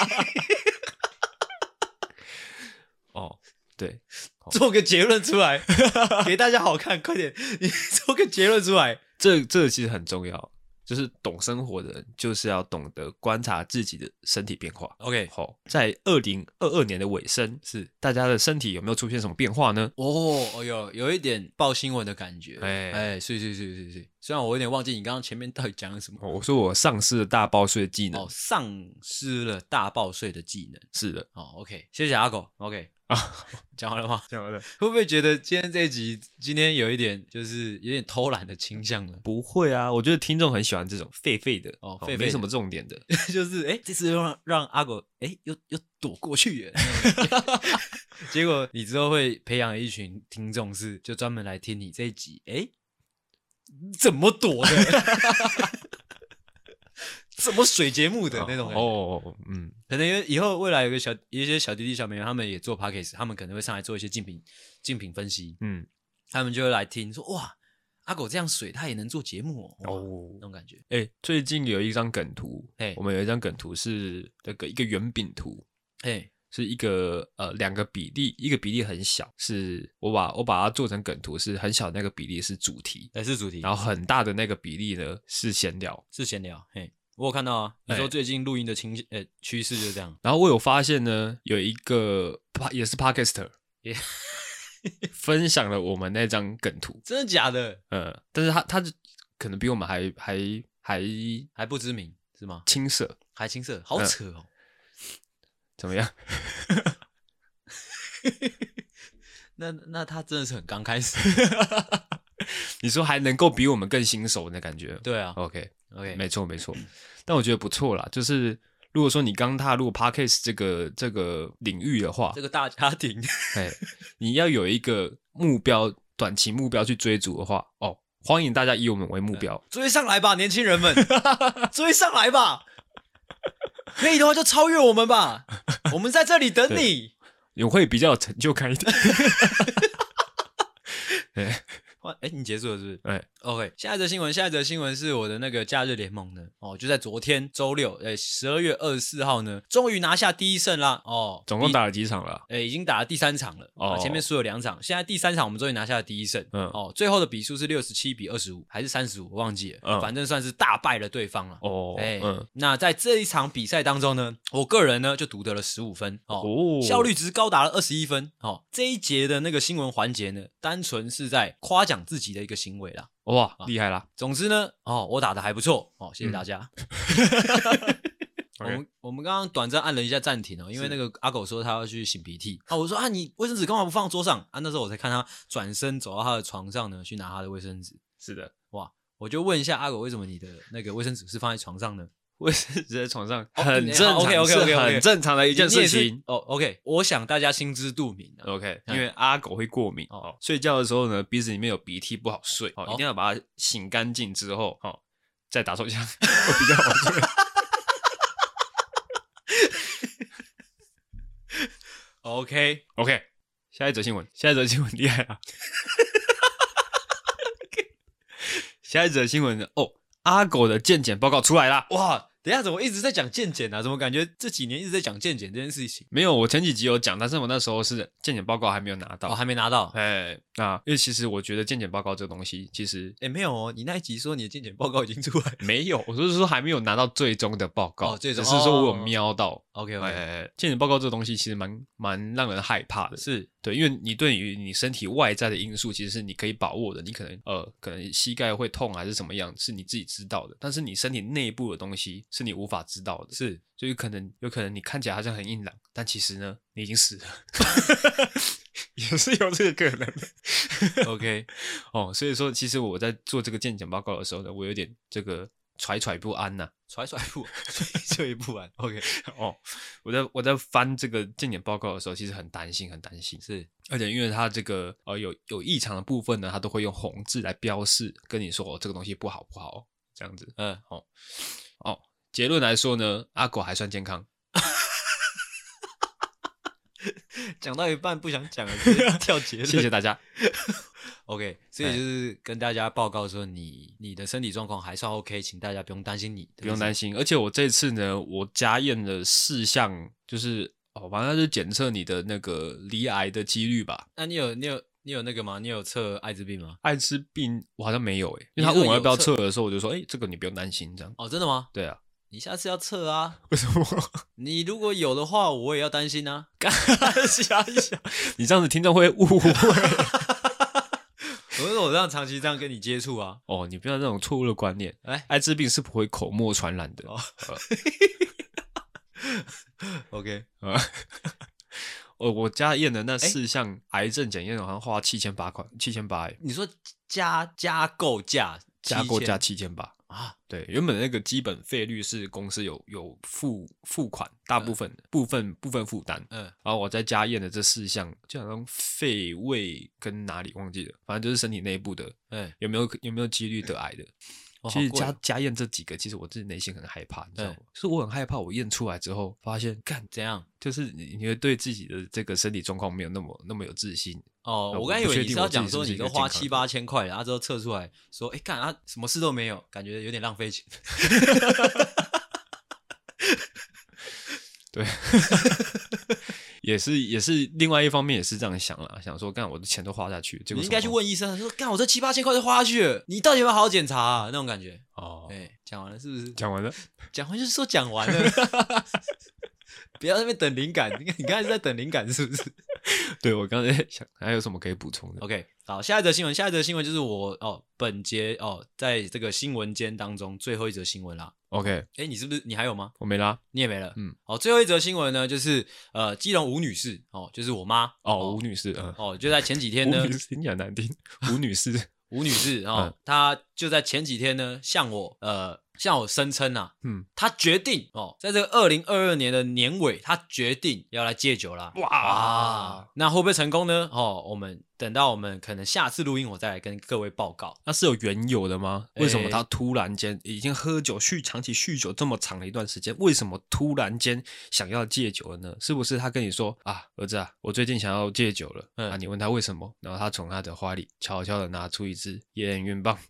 哦，对， 做个结论出来，给大家好看，快点，你做个结论出来。 这这其实很重要。就是懂生活的人，就是要懂得观察自己的身体变化。 OK， 好，在二零二二年的尾声，是大家的身体有没有出现什么变化呢？ 哦，哦有有一点报新闻的感觉。哎哎，是是是是是。虽然我有点忘记你刚刚前面到底讲了什么。 哦、我说我丧失了大报税的技能。 哦，丧失了大报税的技能。 是的。 哦 ，OK， 谢谢阿狗。OK。啊，讲完了吗？ 讲完了。 会不会觉得今天这一集今天有一点就是有点偷懒的倾向呢？ 不会啊，我觉得听众很喜欢这种废废的哦，废废没什么重点的， 就是哎、欸，这次又让让阿狗哎、欸、又又躲过去了，结果你之后会培养一群听众是就专门来听你这一集，哎、欸，怎么躲的？什么水节目的那种感觉哦，嗯，可能以后未来有个小一些小弟弟小妹妹，他们也做 podcast， 他们可能会上来做一些竞品竞品分析，嗯，他们就会来听说哇，阿狗这样水他也能做节目 哦, 哦，那种感觉。 哎、欸，最近有一张梗图，哎，我们有一张梗图是那个一个圆饼图，哎，是一个呃两个比例，一个比例很小，是我把我把它做成梗图，是很小的那个比例是主题， 哎、欸、是主题， 然后很大的那个比例呢是闲聊， 是闲聊，嘿。我有看到啊，你说最近录音的倾呃趋势就是这样。 然后我有发现呢，有一个也是 Podcaster 也分享了我们那张梗图， 真的假的？ 呃，但是他他可能比我们还还还还不知名是吗？ 青涩， 还青涩，好扯哦。 呃、怎么样？ 那那他真的是很刚开始。 你说还能够比我们更新手的感觉？ 对啊 ，OK OK， 没错没错。但我觉得不错啦，就是如果说你刚踏入 Podcast 这个这个领域的话， 这个大家庭， 哎，你要有一个目标，短期目标去追逐的话，哦，欢迎大家以我们为目标， 追上来吧，年轻人们，追上来吧，可以的话就超越我们吧，我们在这里等你， 你会比较有成就感一点。 欢哎，你结束了是不是？ 哎、欸、 ，OK。下一则新闻，下一则新闻是我的那个假日联盟呢，哦，就在昨天周六，哎，十二月二十四号呢，终于拿下第一胜啦，哦， 总共打了几场了？ 哎，已经打了第三场了，哦，前面输了两场，现在第三场我们终于拿下了第一胜，嗯，哦，最后的比数是六十七比二十五还是三十五，我忘记了，嗯，反正算是大败了对方了，哦，哎，嗯，那在这一场比赛当中呢，我个人呢就独得了十五分，哦，哦效率值高达了二十一分，哦，这一节的那个新闻环节呢，单纯是在夸奖自己的一个行为啦。 哇，厉害啦！ 总之呢，哦，我打得还不错，哦，谢谢大家。嗯、我们我们刚刚短暂按了一下暂停哦，因为那个阿狗说他要去擤鼻涕啊，我说啊，你卫生纸干嘛不放桌上啊？那时候我才看他转身走到他的床上呢，去拿他的卫生纸。 是的， 哇，我就问一下阿狗，为什么你的那个卫生纸是放在床上呢？ 卫生纸在床上很正常， OK OK OK， 很正常的一件事情。 哦 ，OK， 我想大家心知肚明、啊。 OK， 因为阿狗会过敏哦，睡觉的时候呢，鼻子里面有鼻涕不好睡哦，一定要把它擤干净之后哦，再打手枪会比较好睡。 OK OK， 下一则新闻，下一则新闻厉害啊！下一则新闻哦，阿狗的健检报告出来啦！ 哇！等一下，怎么一直在讲健检啊？怎么感觉这几年一直在讲健检这件事情？ 没有，我前几集有讲，但是我那时候是健检报告还没有拿到， 哦，还没拿到。 哎，那因为其实我觉得健检报告这个东西，其实哎没有哦，你那一集说你的健检报告已经出来了， 没有，我是说还没有拿到最终的报告， 哦，最终只是说我有瞄到。 OK OK， 哎，健检报告这个东西其实蛮蛮让人害怕的， 是对，因为你对于你身体外在的因素其实是你可以把握的，你可能呃可能膝盖会痛还是什么样，是你自己知道的，但是你身体内部的东西是你无法知道的， 是， 所以可能有可能你看起来好像很硬朗，但其实呢你已经死了，也是有这个可能的。 OK， 哦，所以说其实我在做这个健检报告的时候呢，我有点这个揣揣不安呐、啊， 揣揣不揣不安。OK， 哦，我在我在翻这个健检报告的时候，其实很担心，很担心。 是， 而且因为它这个呃有有异常的部分呢，它都会用红字来标示，跟你说哦这个东西不好不好这样子。嗯，哦哦，结论来说呢，阿狗还算健康。 讲到一半不想讲了，直接跳结论。 谢谢大家。 OK， 所以就是跟大家报告说你，你你的身体状况还算 OK， 请大家不用担心你， 不用担心。而且我这次呢，我加验了四项，就是哦，反正就是检测你的那个罹癌的几率吧。 那你有你有你有那个吗？你有测艾滋病吗？ 艾滋病我好像没有诶、欸，因为他问我要不要测的时候，我就说，哎、欸，这个你不用担心，这样。 哦，真的吗？ 对啊。 你下次要测啊？ 为什么？ 你如果有的话，我也要担心啊。 想一想，你这样子听众会误会。 我说我这样长期这样跟你接触啊。 哦，你不要这种错误的观念。 哎， 艾滋病是不会口沫传染的。哦呃、OK， 啊，我我家验的那四项癌症检验，好像花七千八块，七千八。 你说加加购价， 加购价七千八。 啊， 对，原本的那个基本费率是公司有有付付款，大部分、嗯、部分部分负担，嗯，然后我再加验的这四项，就好像肺、胃跟哪里忘记了，反正就是身体内部的，嗯，有没有有没有几率得癌的？哦、其实加加验这几个，其实我自己内心很害怕，你知道吗？就是我很害怕，我验出来之后发现，干怎样？ 就是你你会对自己的这个身体状况没有那么那么有自信。 哦，我刚以为你是要讲说你都花七八千块，然后之后测出来说，哎，干啊，什么事都没有，感觉有点浪费钱。 对，也是也是另外一方面也是这样想啦，想说干我的钱都花下去，结果你应该去问医生，说干我这七八千块都花下去了，你到底有没有好好检查啊？那种感觉。哦，哎，讲完了是不是？ 讲完了， 讲完就是说讲完了。不要在那边等灵感，你刚才是在等灵感是不是？ 对，我刚才在想还有什么可以补充的。 OK， 好，下一则新闻，下一则新闻就是我哦本节哦在这个新闻间当中最后一则新闻啦。 OK， 哎，你是不是你还有吗？ 我没啦， 你也没了。嗯，好，最后一则新闻呢就是呃基隆吴女士哦，就是我妈哦，吴女士，嗯， 哦就在前几天呢， 吴女士听起来难听，吴女士， 吴女士哦、嗯，她就在前几天呢向我呃像我声称啊， 嗯， 他决定哦，在这个二零二二年的年尾，他决定要来戒酒啦。哇，哇那会不会成功呢？哦，我们等到我们可能下次录音，我再来跟各位报告。 那是有缘由的吗？为什么他突然间已经喝酒酗长期酗酒这么长的一段时间，为什么突然间想要戒酒了呢？是不是他跟你说啊，儿子啊，我最近想要戒酒了？嗯，啊，你问他为什么，然后他从他的怀里悄悄的拿出一支验孕棒。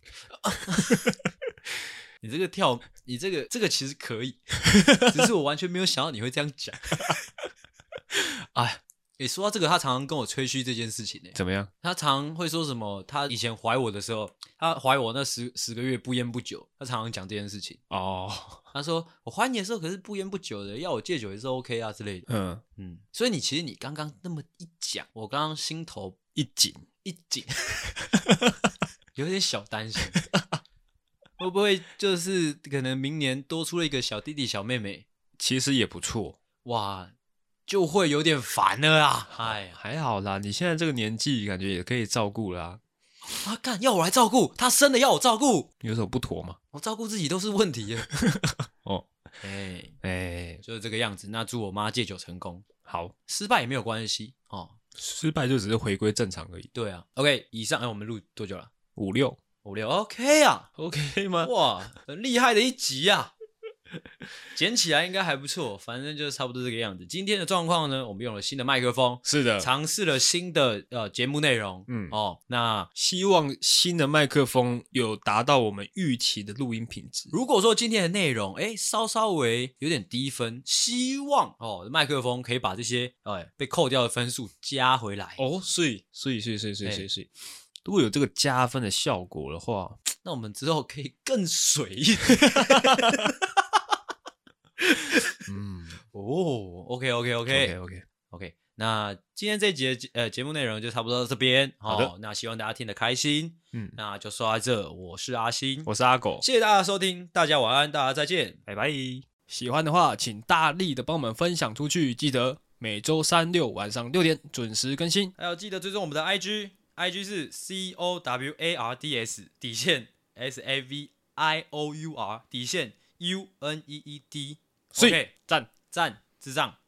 你这个跳，你这个这个其实可以，只是我完全没有想到你会这样讲。哎，诶，说到这个，他常常跟我吹嘘这件事情呢。 怎么样？ 他常会说什么？他以前怀我的时候，他怀我那十十个月不烟不酒，他常常讲这件事情。 哦， 他说我怀你的时候可是不烟不酒的，要我戒酒也是 OK 啊之类的。嗯嗯，所以你其实你刚刚那么一讲，我刚刚心头一紧一紧，有点小担心。会不会就是可能明年多出了一个小弟弟小妹妹？ 其实也不错哇，就会有点烦了啊！哎， 还好啦，你现在这个年纪，感觉也可以照顾啦。 啊，干要我来照顾他生的，要我照顾， 有什么不妥吗？ 我照顾自己都是问题耶。 哦， 哎哎、欸， 就是这个样子。那祝我妈戒酒成功， 好， 失败也没有关系哦， 失败就只是回归正常而已。 对啊 ，OK， 以上哎，我们录多久了？ 五六。 五六 OK 啊 ，OK 吗？ 哇，很厉害的一集啊！捡起来应该还不错，反正就是差不多这个样子。今天的状况呢，我们用了新的麦克风， 是的， 尝试了新的呃节目内容，嗯哦，那希望新的麦克风有达到我们预期的录音品质。 如果说今天的内容哎稍稍微有点低分，希望哦麦克风可以把这些哎被扣掉的分数加回来。 哦，所以所以所以所以所以所以所以。如果有这个加分的效果的话， 那我们之后可以更水一点。嗯，哦 ，OK OK OK OK OK OK， 那今天这一集的呃节目内容就差不多到这边。 好的， 哦，那希望大家听得开心。嗯，那就说到这，我是阿星， 我是阿狗， 谢谢大家收听，大家晚安，大家再见， 拜拜。喜欢的话，请大力的帮我们分享出去，记得每周三六晚上六点准时更新， 还有记得追踪我们的 I G。I G 是 C O W A R D S 底线 S A V I O U R 底线 U N E E D， 所以赞赞智障。